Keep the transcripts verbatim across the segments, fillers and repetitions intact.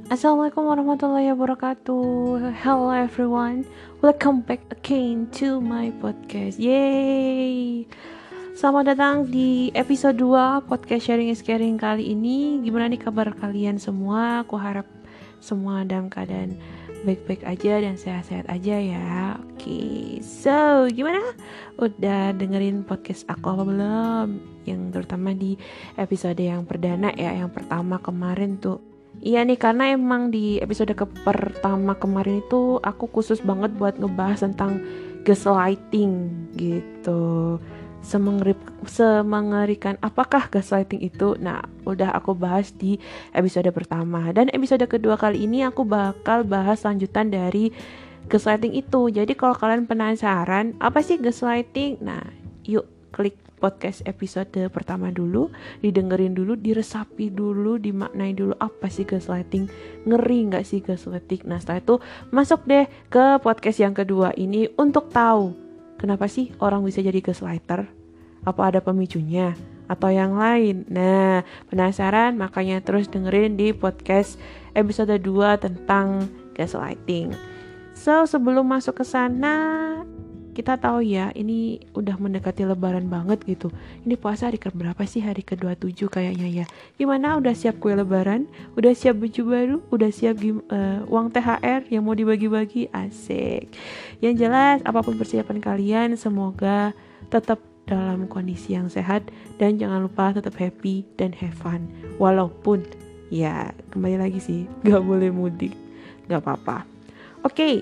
Assalamualaikum warahmatullahi wabarakatuh. Hello everyone, welcome back again to my podcast. Yay! Selamat datang di episode dua podcast Sharing is Caring kali ini. Gimana nih kabar kalian semua? Aku harap semua dalam keadaan baik-baik aja dan sehat-sehat aja ya. Oke, okay. So gimana? Udah dengerin podcast aku apa belum? Yang terutama di episode yang perdana ya, yang pertama kemarin tuh. Iya nih, karena emang di episode ke pertama kemarin itu aku khusus banget buat ngebahas tentang gaslighting gitu. Semengerip, semengerikan apakah gaslighting itu? Nah, udah aku bahas di episode pertama. Dan episode kedua kali ini aku bakal bahas lanjutan dari gaslighting itu. Jadi kalau kalian penasaran apa sih gaslighting? Nah, yuk klik podcast episode pertama dulu, didengerin dulu, diresapi dulu, dimaknai dulu apa sih gaslighting, ngeri gak sih gaslighting. Nah setelah itu masuk deh ke podcast yang kedua ini untuk tahu kenapa sih orang bisa jadi gaslighter, apa ada pemicunya atau yang lain. Nah penasaran, makanya terus dengerin di podcast episode dua tentang gaslighting. So sebelum masuk ke sana, kita tahu ya, ini udah mendekati lebaran banget gitu. Ini puasa hari ke berapa sih? Hari ke dua puluh tujuh kayaknya ya. Gimana? Udah siap kue lebaran? Udah siap baju baru? Udah siap gim- uh, uang T H R yang mau dibagi-bagi? Asik. Yang jelas, apapun persiapan kalian, semoga tetap dalam kondisi yang sehat. Dan jangan lupa tetap happy dan have fun. Walaupun, ya kembali lagi sih, gak boleh mudik. Gak apa-apa. Oke. Okay.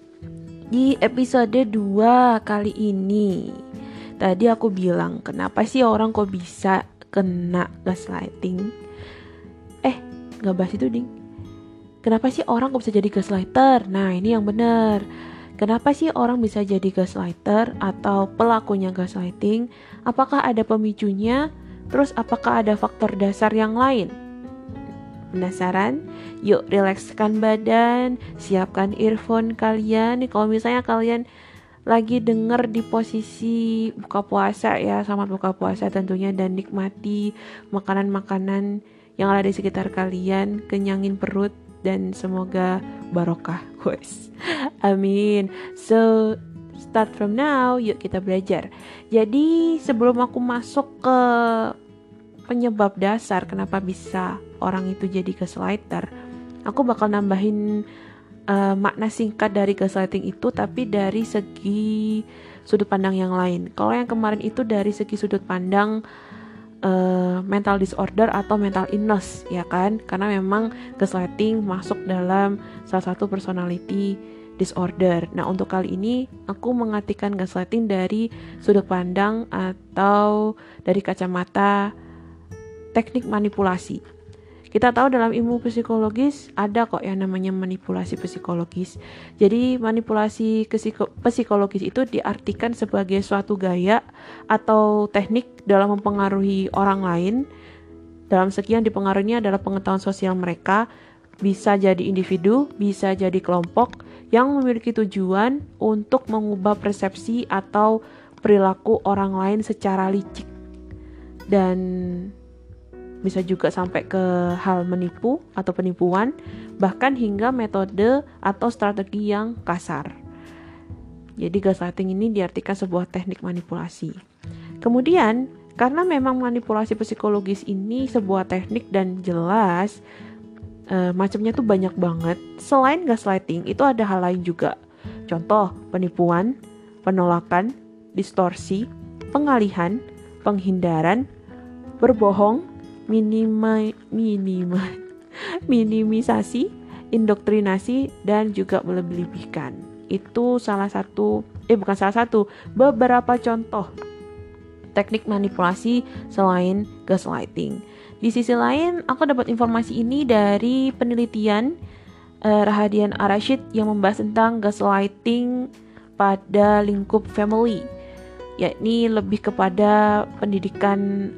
Di episode dua kali ini, tadi aku bilang kenapa sih orang kok bisa kena gaslighting. Eh, gak bahas itu ding. Kenapa sih orang kok bisa jadi gaslighter? Nah ini yang benar. Kenapa sih orang bisa jadi gaslighter atau pelakunya gaslighting? Apakah ada pemicunya? Terus apakah ada faktor dasar yang lain? Penasaran? Yuk rilekskan badan, siapkan earphone kalian. Kalau misalnya kalian lagi denger di posisi buka puasa ya, selamat buka puasa tentunya, dan nikmati makanan-makanan yang ada di sekitar kalian, kenyangin perut dan semoga barokah, guys. Amin. So start from now, yuk kita belajar. Jadi sebelum aku masuk ke penyebab dasar kenapa bisa orang itu jadi gaslighter, aku bakal nambahin uh, makna singkat dari gaslighting itu, tapi dari segi sudut pandang yang lain. Kalau yang kemarin itu dari segi sudut pandang uh, mental disorder atau mental illness, ya kan? Karena memang gaslighting masuk dalam salah satu personality disorder. Nah untuk kali ini aku mengartikan gaslighting dari sudut pandang atau dari kacamata teknik manipulasi. Kita tahu dalam ilmu psikologis ada kok yang namanya manipulasi psikologis. Jadi manipulasi psikologis itu diartikan sebagai suatu gaya atau teknik dalam mempengaruhi orang lain. Dalam sekian dipengaruhinya adalah pengetahuan sosial mereka, bisa jadi individu, bisa jadi kelompok yang memiliki tujuan untuk mengubah persepsi atau perilaku orang lain secara licik. Dan bisa juga sampai ke hal menipu atau penipuan, bahkan hingga metode atau strategi yang kasar. Jadi gaslighting ini diartikan sebuah teknik manipulasi. Kemudian, karena memang manipulasi psikologis ini sebuah teknik dan jelas e, macamnya tuh banyak banget. Selain gaslighting, itu ada hal lain juga. Contoh, penipuan, penolakan, distorsi, pengalihan, penghindaran, berbohong, minima, minima, minimisasi, indoktrinasi, dan juga melebih-lebihkan. Itu salah satu, eh bukan salah satu, beberapa contoh teknik manipulasi selain gaslighting. Di sisi lain, aku dapat informasi ini dari penelitian eh, Rahadian Ar-Rasyid yang membahas tentang gaslighting pada lingkup family, yakni lebih kepada pendidikan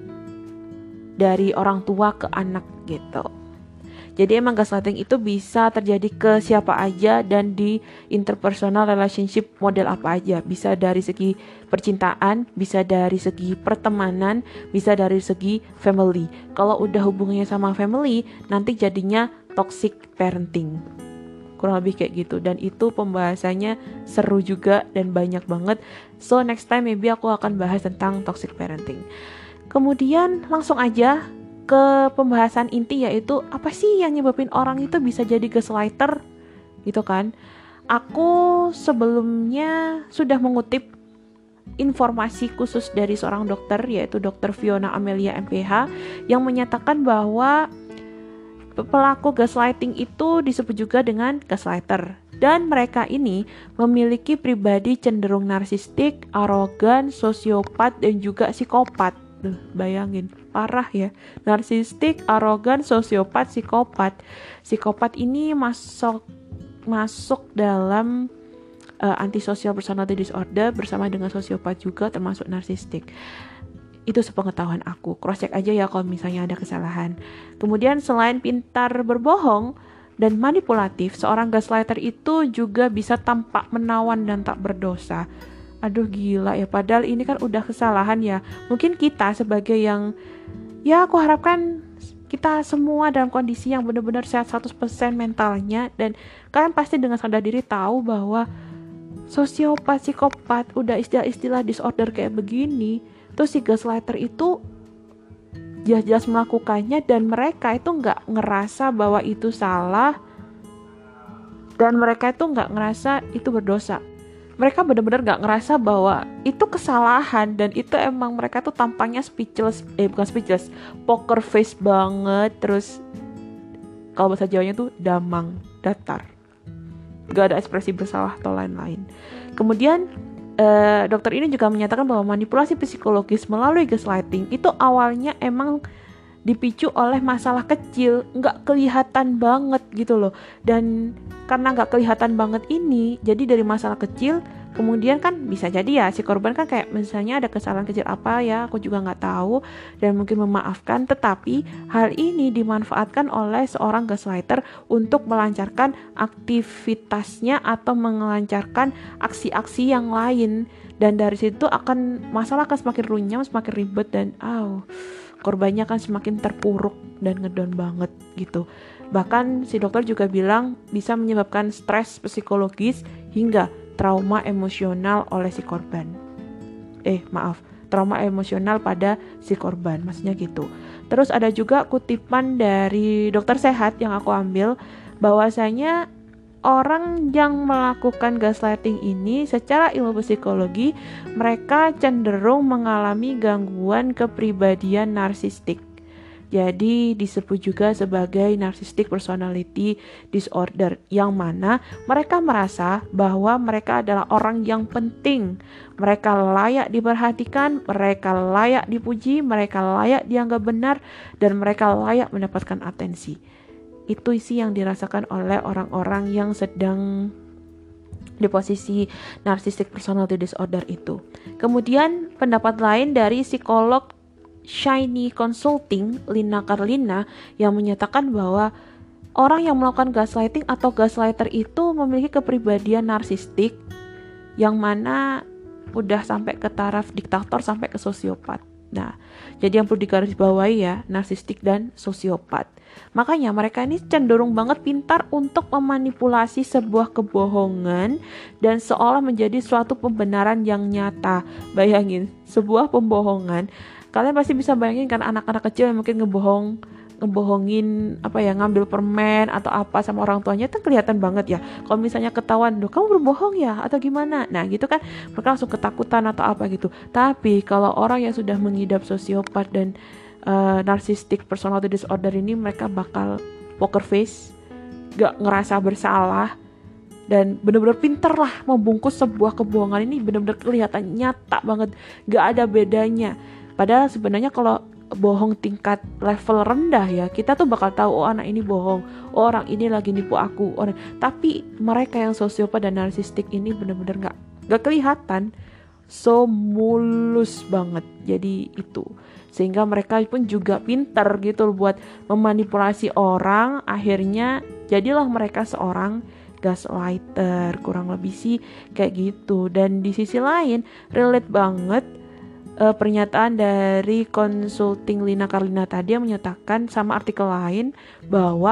dari orang tua ke anak gitu. Jadi emang gaslighting itu bisa terjadi ke siapa aja dan di interpersonal relationship model apa aja. Bisa dari segi percintaan, bisa dari segi pertemanan, bisa dari segi family. Kalau udah hubungannya sama family, nanti jadinya toxic parenting. Kurang lebih kayak gitu. Dan itu pembahasannya seru juga dan banyak banget. So next time maybe aku akan bahas tentang toxic parenting. Kemudian langsung aja ke pembahasan inti, yaitu apa sih yang nyebabin orang itu bisa jadi gaslighter gitu kan. Aku sebelumnya sudah mengutip informasi khusus dari seorang dokter, yaitu dokter Fiona Amelia M P H, yang menyatakan bahwa pelaku gaslighting itu disebut juga dengan gaslighter, dan mereka ini memiliki pribadi cenderung narsistik, arogan, sosiopat, dan juga psikopat. Duh, bayangin, parah ya. Narsistik, arogan, sosiopat, psikopat. Psikopat ini masuk masuk dalam uh, antisocial personality disorder bersama dengan sosiopat juga, termasuk narsistik. Itu sepengetahuan aku. Cross check aja ya kalau misalnya ada kesalahan. Kemudian selain pintar berbohong dan manipulatif, seorang gaslighter itu juga bisa tampak menawan dan tak berdosa. Aduh gila ya, padahal ini kan udah kesalahan ya. Mungkin kita sebagai yang, ya aku harapkan kita semua dalam kondisi yang benar-benar sehat seratus persen mentalnya. Dan kalian pasti dengan sadar diri tahu bahwa sosiopat, psikopat, udah istilah-istilah disorder kayak begini. Terus si gaslighter itu jelas-jelas melakukannya dan mereka itu gak ngerasa bahwa itu salah. Dan mereka itu gak ngerasa itu berdosa. Mereka benar-benar gak ngerasa bahwa itu kesalahan, dan itu emang mereka tuh tampangnya speechless, eh bukan speechless, poker face banget, terus kalau bahasa Jawanya tuh damang, datar, gak ada ekspresi bersalah atau lain-lain. Kemudian eh, dokter ini juga menyatakan bahwa manipulasi psikologis melalui gaslighting itu awalnya emang dipicu oleh masalah kecil, nggak kelihatan banget gitu loh. Dan karena nggak kelihatan banget ini, jadi dari masalah kecil, kemudian kan bisa jadi ya si korban kan kayak misalnya ada kesalahan kecil apa ya, aku juga nggak tahu, dan mungkin memaafkan. Tetapi hal ini dimanfaatkan oleh seorang gaslighter untuk melancarkan aktivitasnya atau melancarkan aksi-aksi yang lain. Dan dari situ akan masalah akan semakin runyam, semakin ribet, dan aw, korbannya kan semakin terpuruk dan ngedown banget gitu. Bahkan si dokter juga bilang bisa menyebabkan stres psikologis hingga trauma emosional oleh si korban. Eh maaf, trauma emosional pada si korban, maksudnya gitu. Terus ada juga kutipan dari dokter sehat yang aku ambil, bahwasanya orang yang melakukan gaslighting ini secara ilmu psikologi, mereka cenderung mengalami gangguan kepribadian narsistik. Jadi disebut juga sebagai narcissistic personality disorder, yang mana mereka merasa bahwa mereka adalah orang yang penting, mereka layak diperhatikan, mereka layak dipuji, mereka layak dianggap benar, dan mereka layak mendapatkan atensi. Itu isi yang dirasakan oleh orang-orang yang sedang di posisi narcissistic personality disorder itu. Kemudian pendapat lain dari psikolog Shiny Consulting, Lina Carlina, yang menyatakan bahwa orang yang melakukan gaslighting atau gaslighter itu memiliki kepribadian narsistik, yang mana udah sampai ke taraf diktator sampai ke sosiopat. Nah, jadi yang perlu digarisbawahi ya, narsistik dan sosiopat. Makanya mereka ini cenderung banget pintar untuk memanipulasi sebuah kebohongan dan seolah menjadi suatu pembenaran yang nyata. Bayangin, sebuah pembohongan. Kalian pasti bisa bayangin kan anak-anak kecil yang mungkin ngebohong, ngebohongin apa ya, ngambil permen atau apa sama orang tuanya, itu kelihatan banget ya. Kalau misalnya ketahuan, "Duh, kamu berbohong ya?" atau gimana. Nah, gitu kan mereka langsung ketakutan atau apa gitu. Tapi kalau orang yang sudah mengidap sosiopat dan uh, narcissistic personality disorder ini, mereka bakal poker face, gak ngerasa bersalah, dan benar-benar pinter lah membungkus sebuah kebohongan ini, benar-benar kelihatan nyata banget, gak ada bedanya. Padahal sebenarnya kalau bohong tingkat level rendah ya, kita tuh bakal tahu, oh anak ini bohong, oh orang ini lagi nipu aku. Orang, tapi mereka yang sosiopat dan narsistik ini benar-benar nggak nggak kelihatan, so mulus banget. Jadi itu, sehingga mereka pun juga pintar gitu buat memanipulasi orang. Akhirnya jadilah mereka seorang gaslighter, kurang lebih sih kayak gitu. Dan di sisi lain relate banget Uh, pernyataan dari konsulting Lina Carlina tadi yang menyatakan sama artikel lain bahwa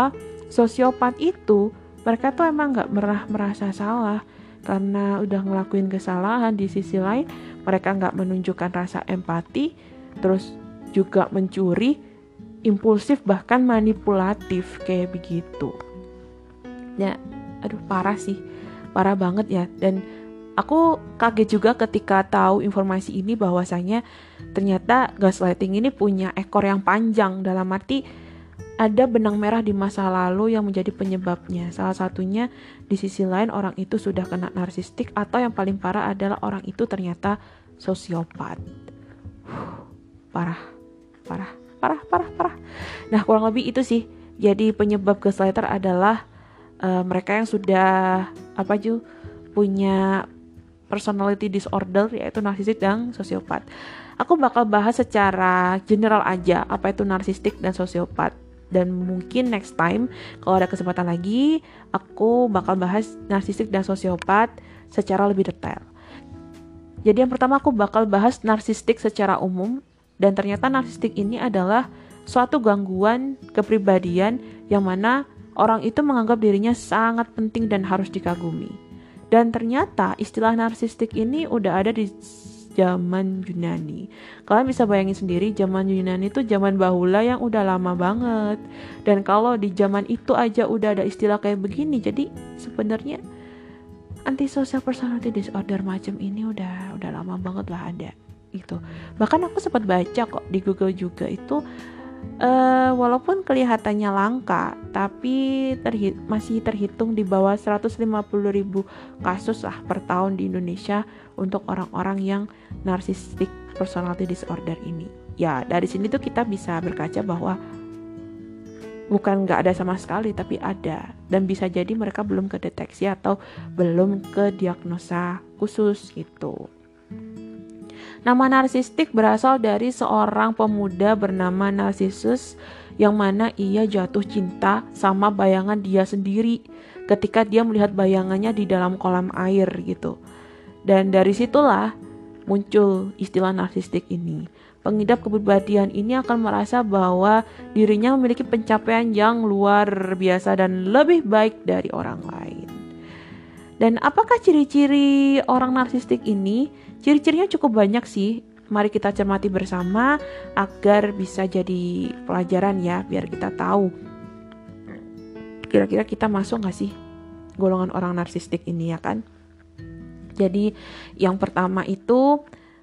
Sosiopat itu mereka tuh emang gak pernah merasa salah karena udah ngelakuin kesalahan. Di sisi lain mereka gak menunjukkan rasa empati, terus juga mencuri, impulsif, bahkan manipulatif kayak begitu. Ya, aduh parah sih, parah banget ya. Dan aku kaget juga ketika tahu informasi ini bahwasanya ternyata gaslighting ini punya ekor yang panjang, dalam arti ada benang merah di masa lalu yang menjadi penyebabnya. Salah satunya di sisi lain orang itu sudah kena narsistik, atau yang paling parah adalah orang itu ternyata sosiopat. Huh, parah, parah, parah, parah, parah. Nah, kurang lebih itu sih. Jadi penyebab gaslighter adalah uh, mereka yang sudah apa ju punya personality disorder, yaitu narsistik dan sosiopat. Aku bakal bahas secara general aja apa itu narsistik dan sosiopat. Dan mungkin next time kalau ada kesempatan lagi, aku bakal bahas narsistik dan sosiopat secara lebih detail. Jadi yang pertama aku bakal bahas narsistik secara umum. Dan ternyata narsistik ini adalah suatu gangguan kepribadian yang mana orang itu menganggap dirinya sangat penting dan harus dikagumi. Dan ternyata istilah narsistik ini udah ada di zaman Yunani. Kalian bisa bayangin sendiri, zaman Yunani itu zaman bahula yang udah lama banget. Dan kalau di zaman itu aja udah ada istilah kayak begini, jadi sebenarnya antisocial personality disorder macam ini udah udah lama banget lah ada itu. Bahkan aku sempat baca kok di Google juga itu. Uh, walaupun kelihatannya langka, tapi terhi- masih terhitung di bawah seratus lima puluh ribu kasus lah per tahun di Indonesia untuk orang-orang yang narcissistic personality disorder ini. Ya, dari sini tuh kita bisa berkaca bahwa bukan gak ada sama sekali, tapi ada. Dan bisa jadi mereka belum kedeteksi atau belum ke diagnosa khusus gitu. Nama narsistik berasal dari seorang pemuda bernama Narcissus yang mana ia jatuh cinta sama bayangan dia sendiri ketika dia melihat bayangannya di dalam kolam air gitu. Dan dari situlah muncul istilah narsistik ini. Pengidap kepribadian ini akan merasa bahwa dirinya memiliki pencapaian yang luar biasa dan lebih baik dari orang lain. Dan apakah ciri-ciri orang narsistik ini? Ciri-cirinya cukup banyak sih. Mari kita cermati bersama agar bisa jadi pelajaran ya, biar kita tahu kira-kira kita masuk gak sih golongan orang narsistik ini ya kan. Jadi yang pertama itu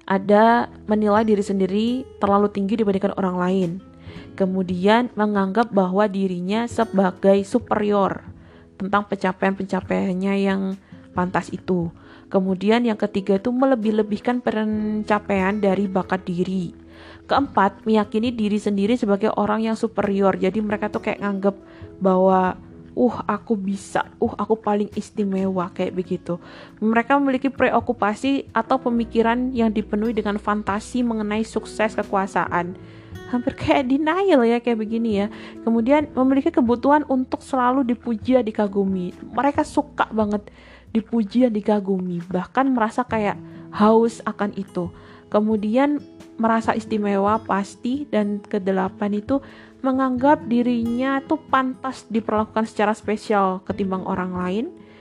ada menilai diri sendiri terlalu tinggi dibandingkan orang lain. Kemudian menganggap bahwa dirinya sebagai superior tentang pencapaian-pencapaiannya yang pantas itu. Kemudian yang ketiga itu melebih-lebihkan pencapaian dari bakat diri. Keempat, meyakini diri sendiri sebagai orang yang superior. Jadi mereka tuh kayak nganggep bahwa uh aku bisa, uh aku paling istimewa kayak begitu. Mereka memiliki preokupasi atau pemikiran yang dipenuhi dengan fantasi mengenai sukses kekuasaan. Hampir kayak denial ya kayak begini ya. Kemudian memiliki kebutuhan untuk selalu dipuji dan dikagumi. Mereka suka banget dipuji dan dikagumi, bahkan merasa kayak haus akan itu. Kemudian merasa istimewa pasti. Dan kedelapan itu menganggap dirinya tuh pantas diperlakukan secara spesial ketimbang orang lain.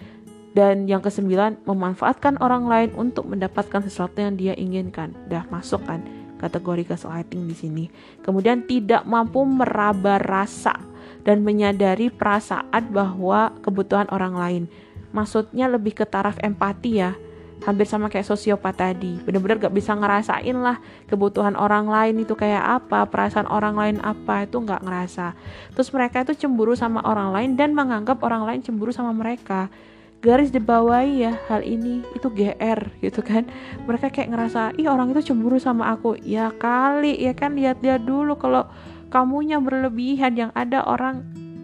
Dan yang kesembilan, memanfaatkan orang lain untuk mendapatkan sesuatu yang dia inginkan. Dah masuk kan kategori gaslighting di sini. Kemudian tidak mampu meraba rasa dan menyadari perasaan bahwa kebutuhan orang lain. Maksudnya lebih ke taraf empati ya. Hampir sama kayak sosiopat tadi. Bener-bener gak bisa ngerasain lah kebutuhan orang lain itu kayak apa, perasaan orang lain apa, itu gak ngerasa. Terus mereka itu cemburu sama orang lain dan menganggap orang lain cemburu sama mereka. Garis dibawahi ya hal ini itu G R gitu kan. Mereka kayak ngerasa, ih orang itu cemburu sama aku. Ya kali ya kan, lihat-lihat dulu kalau kamunya berlebihan, yang ada orang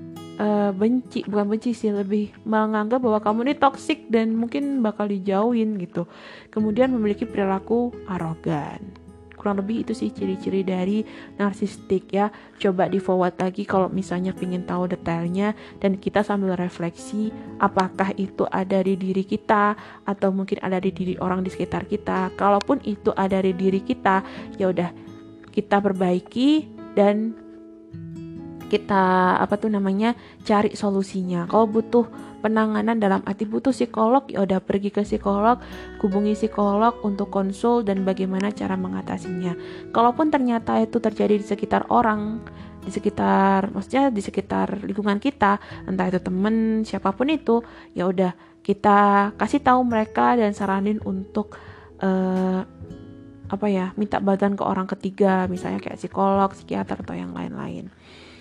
Uh, benci, bukan benci sih, lebih menganggap bahwa kamu ini toksik dan mungkin bakal dijauhin gitu. Kemudian memiliki perilaku arogan. Kurang lebih itu sih ciri-ciri dari narsistik ya. Coba di forward lagi kalau misalnya pengen tahu detailnya, dan kita sambil refleksi apakah itu ada di diri kita atau mungkin ada di diri orang di sekitar kita. Kalaupun itu ada di diri kita, ya udah kita perbaiki dan kita apa tuh namanya cari solusinya. Kalau butuh penanganan dalam arti butuh psikolog, ya udah pergi ke psikolog, hubungi psikolog untuk konsul dan bagaimana cara mengatasinya. Kalaupun ternyata itu terjadi di sekitar orang, di sekitar maksudnya di sekitar lingkungan kita, entah itu temen siapapun itu, ya udah kita kasih tahu mereka dan saranin untuk uh, apa ya minta bantuan ke orang ketiga, misalnya kayak psikolog, psikiater atau yang lain-lain.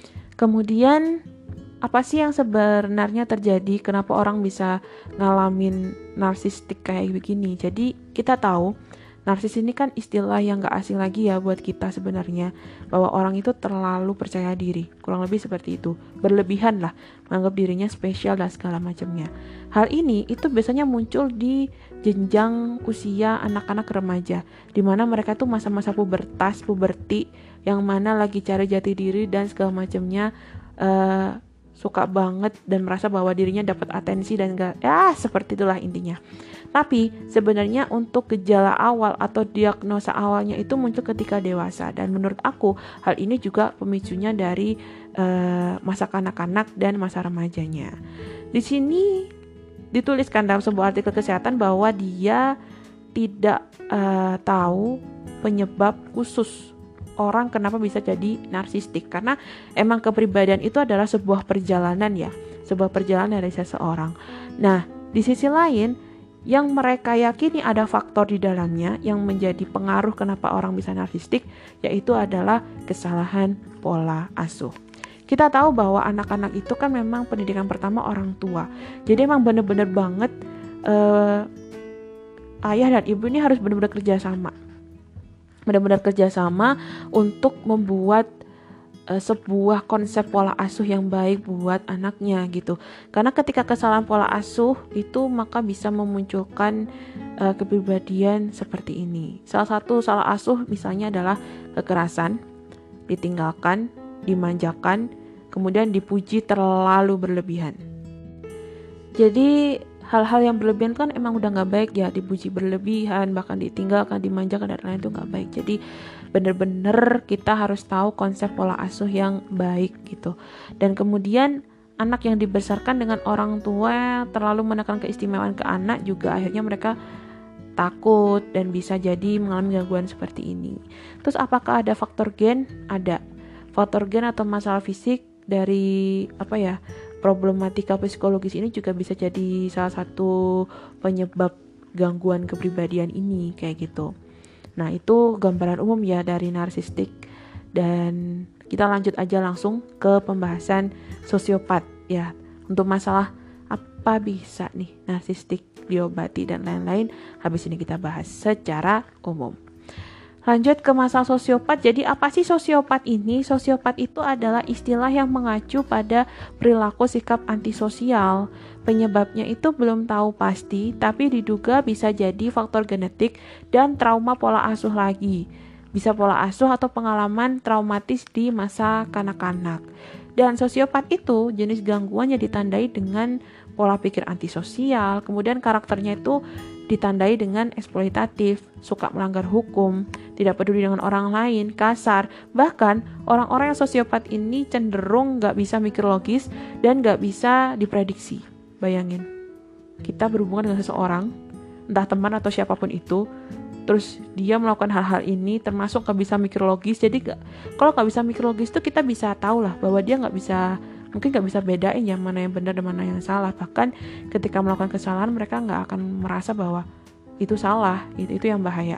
Kemudian apa sih yang sebenarnya terjadi? Kenapa orang bisa ngalamin narsistik kayak begini? Jadi kita tahu narsis ini kan istilah yang gak asing lagi ya buat kita sebenarnya, bahwa orang itu terlalu percaya diri, kurang lebih seperti itu, berlebihan lah, menganggap dirinya spesial dan segala macamnya. Hal ini itu biasanya muncul di jenjang usia anak-anak remaja, dimana mereka tuh masa-masa pubertas, puberti, yang mana lagi cari jati diri dan segala macamnya, uh, suka banget dan merasa bahwa dirinya dapat atensi dan gak, ya seperti itulah intinya. Tapi sebenarnya untuk gejala awal atau diagnosa awalnya itu muncul ketika dewasa, dan menurut aku hal ini juga pemicunya dari uh, masa kanak-kanak dan masa remajanya. Di sini dituliskan dalam sebuah artikel kesehatan bahwa dia tidak uh, tahu penyebab khusus orang kenapa bisa jadi narsistik, karena emang kepribadian itu adalah sebuah perjalanan ya, sebuah perjalanan dari seseorang. Nah, di sisi lain yang mereka yakini ada faktor di dalamnya yang menjadi pengaruh kenapa orang bisa narsistik, yaitu adalah kesalahan pola asuh. Kita tahu bahwa anak-anak itu kan memang pendidikan pertama orang tua. Jadi emang bener-bener banget uh, ayah dan ibu ini harus benar-benar kerjasama. Benar-benar kerjasama untuk membuat uh, sebuah konsep pola asuh yang baik buat anaknya gitu. Karena ketika kesalahan pola asuh itu maka bisa memunculkan uh, kepribadian seperti ini. Salah satu salah asuh misalnya adalah kekerasan, ditinggalkan, dimanjakan, kemudian dipuji terlalu berlebihan. Jadi hal-hal yang berlebihan kan emang udah gak baik ya, dipuji berlebihan, bahkan ditinggalkan, dimanjakan dan lain-lain itu gak baik. Jadi bener-bener kita harus tahu konsep pola asuh yang baik gitu. Dan kemudian anak yang dibesarkan dengan orang tua terlalu menekan keistimewaan ke anak juga akhirnya mereka takut dan bisa jadi mengalami gangguan seperti ini. Terus apakah ada faktor gen? Ada. Faktor gen atau masalah fisik dari apa ya? Problematika psikologis ini juga bisa jadi salah satu penyebab gangguan kepribadian ini kayak gitu. Nah, itu gambaran umum ya dari narsistik. Dan kita lanjut aja langsung ke pembahasan sosiopat ya. Untuk masalah apa bisa nih narsistik diobati dan lain-lain, habis ini kita bahas secara umum. Lanjut ke masalah sosiopat. Jadi apa sih sosiopat ini? Sosiopat itu adalah istilah yang mengacu pada perilaku sikap antisosial. Penyebabnya itu belum tahu pasti, tapi diduga bisa jadi faktor genetik dan trauma pola asuh lagi. Bisa pola asuh atau pengalaman traumatis di masa kanak-kanak. Dan sosiopat itu jenis gangguan yang ditandai dengan pola pikir antisosial, kemudian karakternya itu ditandai dengan eksploitatif, suka melanggar hukum, tidak peduli dengan orang lain, kasar. Bahkan orang-orang yang sosiopat ini cenderung gak bisa mikir logis dan gak bisa diprediksi. Bayangin, kita berhubungan dengan seseorang, entah teman atau siapapun itu, terus dia melakukan hal-hal ini termasuk gak bisa mikir logis. Jadi gak, kalau gak bisa mikir logis itu kita bisa tahu lah bahwa dia gak bisa, mungkin gak bisa bedain ya mana yang benar dan mana yang salah. Bahkan ketika melakukan kesalahan mereka gak akan merasa bahwa itu salah, itu, itu yang bahaya.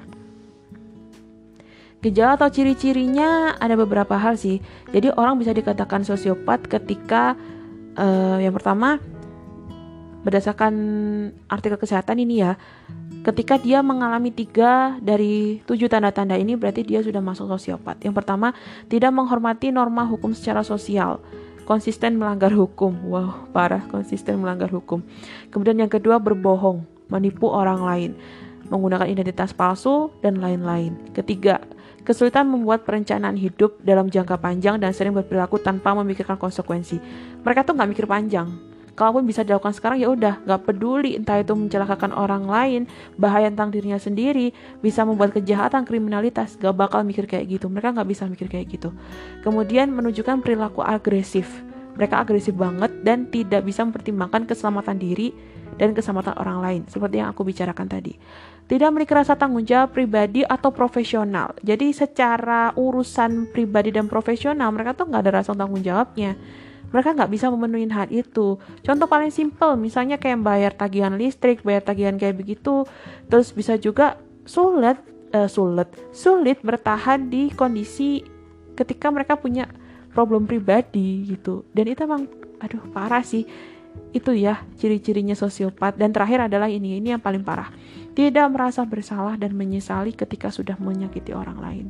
Gejala atau ciri-cirinya ada beberapa hal sih. Jadi orang bisa dikatakan sosiopat ketika uh, yang pertama, berdasarkan artikel kesehatan ini ya, ketika dia mengalami tiga dari tujuh tanda-tanda ini berarti dia sudah masuk sosiopat. Yang pertama, tidak menghormati norma hukum secara sosial, konsisten melanggar hukum. Wow, parah, konsisten melanggar hukum. Kemudian yang kedua, berbohong, menipu orang lain, menggunakan identitas palsu dan lain-lain. Ketiga, kesulitan membuat perencanaan hidup dalam jangka panjang dan sering berperilaku tanpa memikirkan konsekuensi. Mereka tuh gak mikir panjang. Kalaupun bisa dilakukan sekarang ya udah, nggak peduli entah itu mencelakakan orang lain, bahaya tentang dirinya sendiri, bisa membuat kejahatan, kriminalitas, gak bakal mikir kayak gitu. Mereka nggak bisa mikir kayak gitu. Kemudian menunjukkan perilaku agresif. Mereka agresif banget dan tidak bisa mempertimbangkan keselamatan diri dan keselamatan orang lain, seperti yang aku bicarakan tadi. Tidak memiliki rasa tanggung jawab pribadi atau profesional. Jadi secara urusan pribadi dan profesional, mereka tuh nggak ada rasa tanggung jawabnya. Mereka nggak bisa memenuhi hal itu. Contoh paling simpel, misalnya kayak bayar tagihan listrik, bayar tagihan kayak begitu. Terus bisa juga sulit, uh, sulit, sulit bertahan di kondisi ketika mereka punya problem pribadi gitu. Dan itu emang, aduh parah sih. Itu ya ciri-cirinya sosiopat. Dan terakhir adalah ini, ini yang paling parah. Tidak merasa bersalah dan menyesali ketika sudah menyakiti orang lain.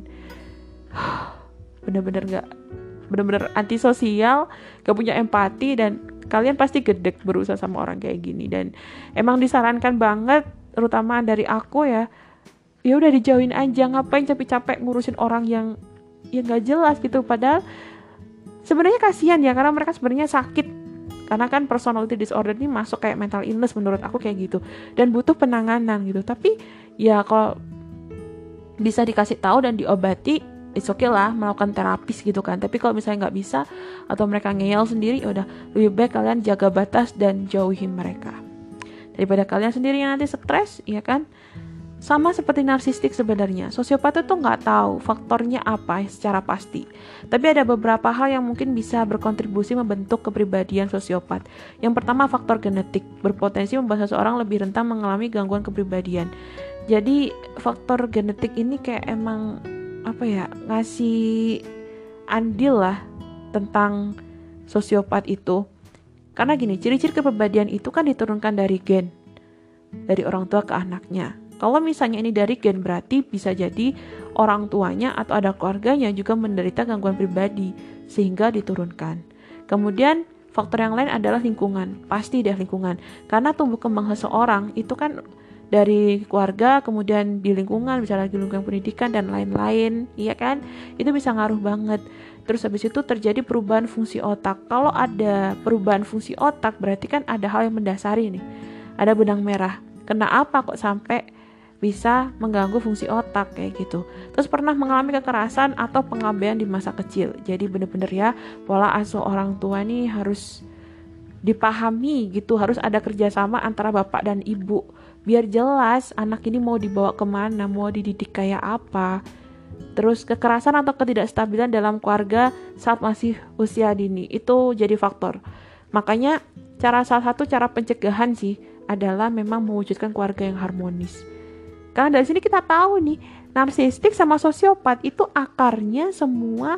Bener-bener gak, bener-bener antisosial, gak punya empati, dan kalian pasti gedek berusaha sama orang kayak gini. Dan emang disarankan banget, terutama dari aku ya, ya udah dijauhin aja, ngapain capek-capek ngurusin orang yang yang gak jelas gitu. Padahal sebenarnya kasihan ya, karena mereka sebenarnya sakit. Karena kan personality disorder ini masuk kayak mental illness menurut aku kayak gitu. Dan butuh penanganan gitu. Tapi ya kalau bisa dikasih tahu dan diobati, it's okay lah melakukan terapis gitu kan. Tapi kalau misalnya nggak bisa atau mereka ngeyel sendiri, ya udah lebih baik kalian jaga batas dan jauhin mereka. Daripada kalian sendiri yang nanti stres, ya kan? Sama seperti narsistik sebenarnya, sosiopat itu nggak tahu faktornya apa secara pasti. Tapi ada beberapa hal yang mungkin bisa berkontribusi membentuk kepribadian sosiopat. Yang pertama, faktor genetik berpotensi membuat seseorang lebih rentan mengalami gangguan kepribadian. Jadi faktor genetik ini kayak emang apa ya, ngasih andil lah tentang sosiopat itu. Karena gini, ciri-ciri kepribadian itu kan diturunkan dari gen, dari orang tua ke anaknya. Kalau misalnya ini dari gen, berarti bisa jadi orang tuanya atau ada keluarganya juga menderita gangguan pribadi sehingga diturunkan. Kemudian faktor yang lain adalah lingkungan, pasti deh lingkungan. Karena tumbuh kembang seseorang itu kan dari keluarga, kemudian di lingkungan, bisa lagi lingkungan pendidikan dan lain-lain, iya kan? Itu bisa ngaruh banget. Terus habis itu terjadi perubahan fungsi otak. Kalau ada perubahan fungsi otak, berarti kan ada hal yang mendasari nih. Ada benang merah. Kenapa kok sampai bisa mengganggu fungsi otak kayak gitu. Terus pernah mengalami kekerasan atau pengabaian di masa kecil. Jadi bener-bener ya, pola asuh orang tua nih harus dipahami gitu. Harus ada kerjasama antara bapak dan ibu. Biar jelas anak ini mau dibawa kemana, mau dididik kayak apa. Terus kekerasan atau ketidakstabilan dalam keluarga saat masih usia dini, itu jadi faktor. Makanya cara salah satu cara pencegahan sih adalah memang mewujudkan keluarga yang harmonis. Karena dari sini kita tahu nih, narsistik sama sosiopat itu akarnya semua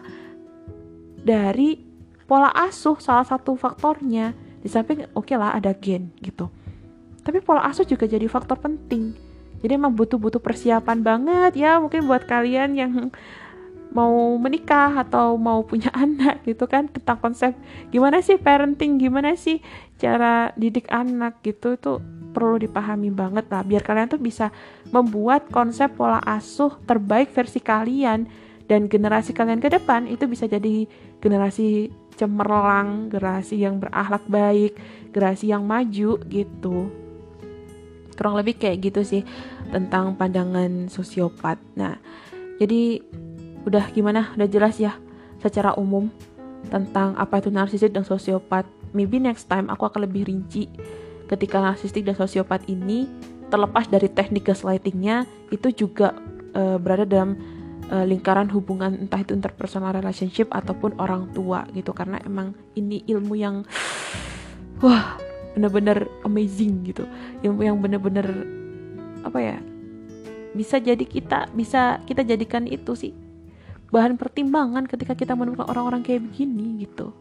dari pola asuh, salah satu faktornya. Di samping oke okay lah ada gen gitu. Tapi pola asuh juga jadi faktor penting. Jadi emang butuh-butuh persiapan banget ya, mungkin buat kalian yang mau menikah atau mau punya anak gitu kan, tentang konsep gimana sih parenting, gimana sih cara didik anak gitu, itu perlu dipahami banget lah, biar kalian tuh bisa membuat konsep pola asuh terbaik versi kalian, dan generasi kalian ke depan itu bisa jadi generasi cemerlang, generasi yang berakhlak baik, generasi yang maju gitu. Kurang lebih kayak gitu sih tentang pandangan sosiopat. Nah, jadi udah gimana? Udah jelas ya secara umum tentang apa itu narsistik dan sosiopat. Maybe next time aku akan lebih rinci ketika narsistik dan sosiopat ini, terlepas dari teknik gaslightingnya, itu juga e, berada dalam e, lingkaran hubungan entah itu interpersonal relationship ataupun orang tua gitu. Karena emang ini ilmu yang wah bener-bener amazing gitu, ilmu yang bener-bener apa ya, bisa jadi kita bisa kita jadikan itu sih bahan pertimbangan ketika kita menemukan orang-orang kayak begini gitu.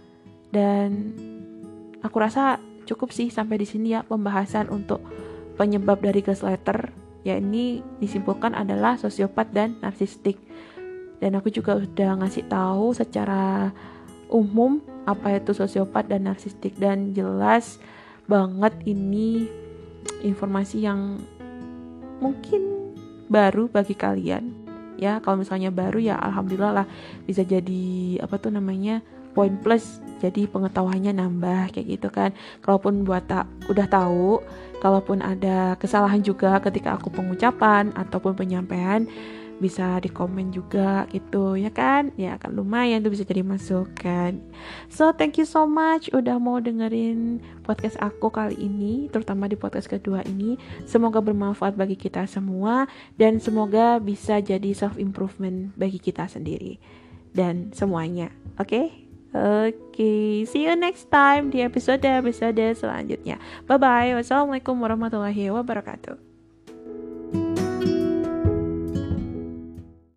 Dan aku rasa cukup sih sampai di sini ya pembahasan untuk penyebab dari gaslighter, ya ini disimpulkan adalah sosiopat dan narsistik. Dan aku juga udah ngasih tahu secara umum apa itu sosiopat dan narsistik, dan jelas banget ini informasi yang mungkin baru bagi kalian. ya. Kalau misalnya baru ya alhamdulillah lah, bisa jadi apa tuh namanya poin plus, jadi pengetahuannya nambah kayak gitu kan. Kalaupun buat tak udah tahu, kalaupun ada kesalahan juga ketika aku pengucapan ataupun penyampaian, bisa di komen juga gitu ya kan, ya kan lumayan tuh bisa jadi masukan. So thank you so much udah mau dengerin podcast aku kali ini, terutama di podcast kedua ini. Semoga bermanfaat bagi kita semua dan semoga bisa jadi self improvement bagi kita sendiri dan semuanya. Oke okay? Oke, okay. See you next time di episode episode selanjutnya. Bye bye. Wassalamualaikum warahmatullahi wabarakatuh.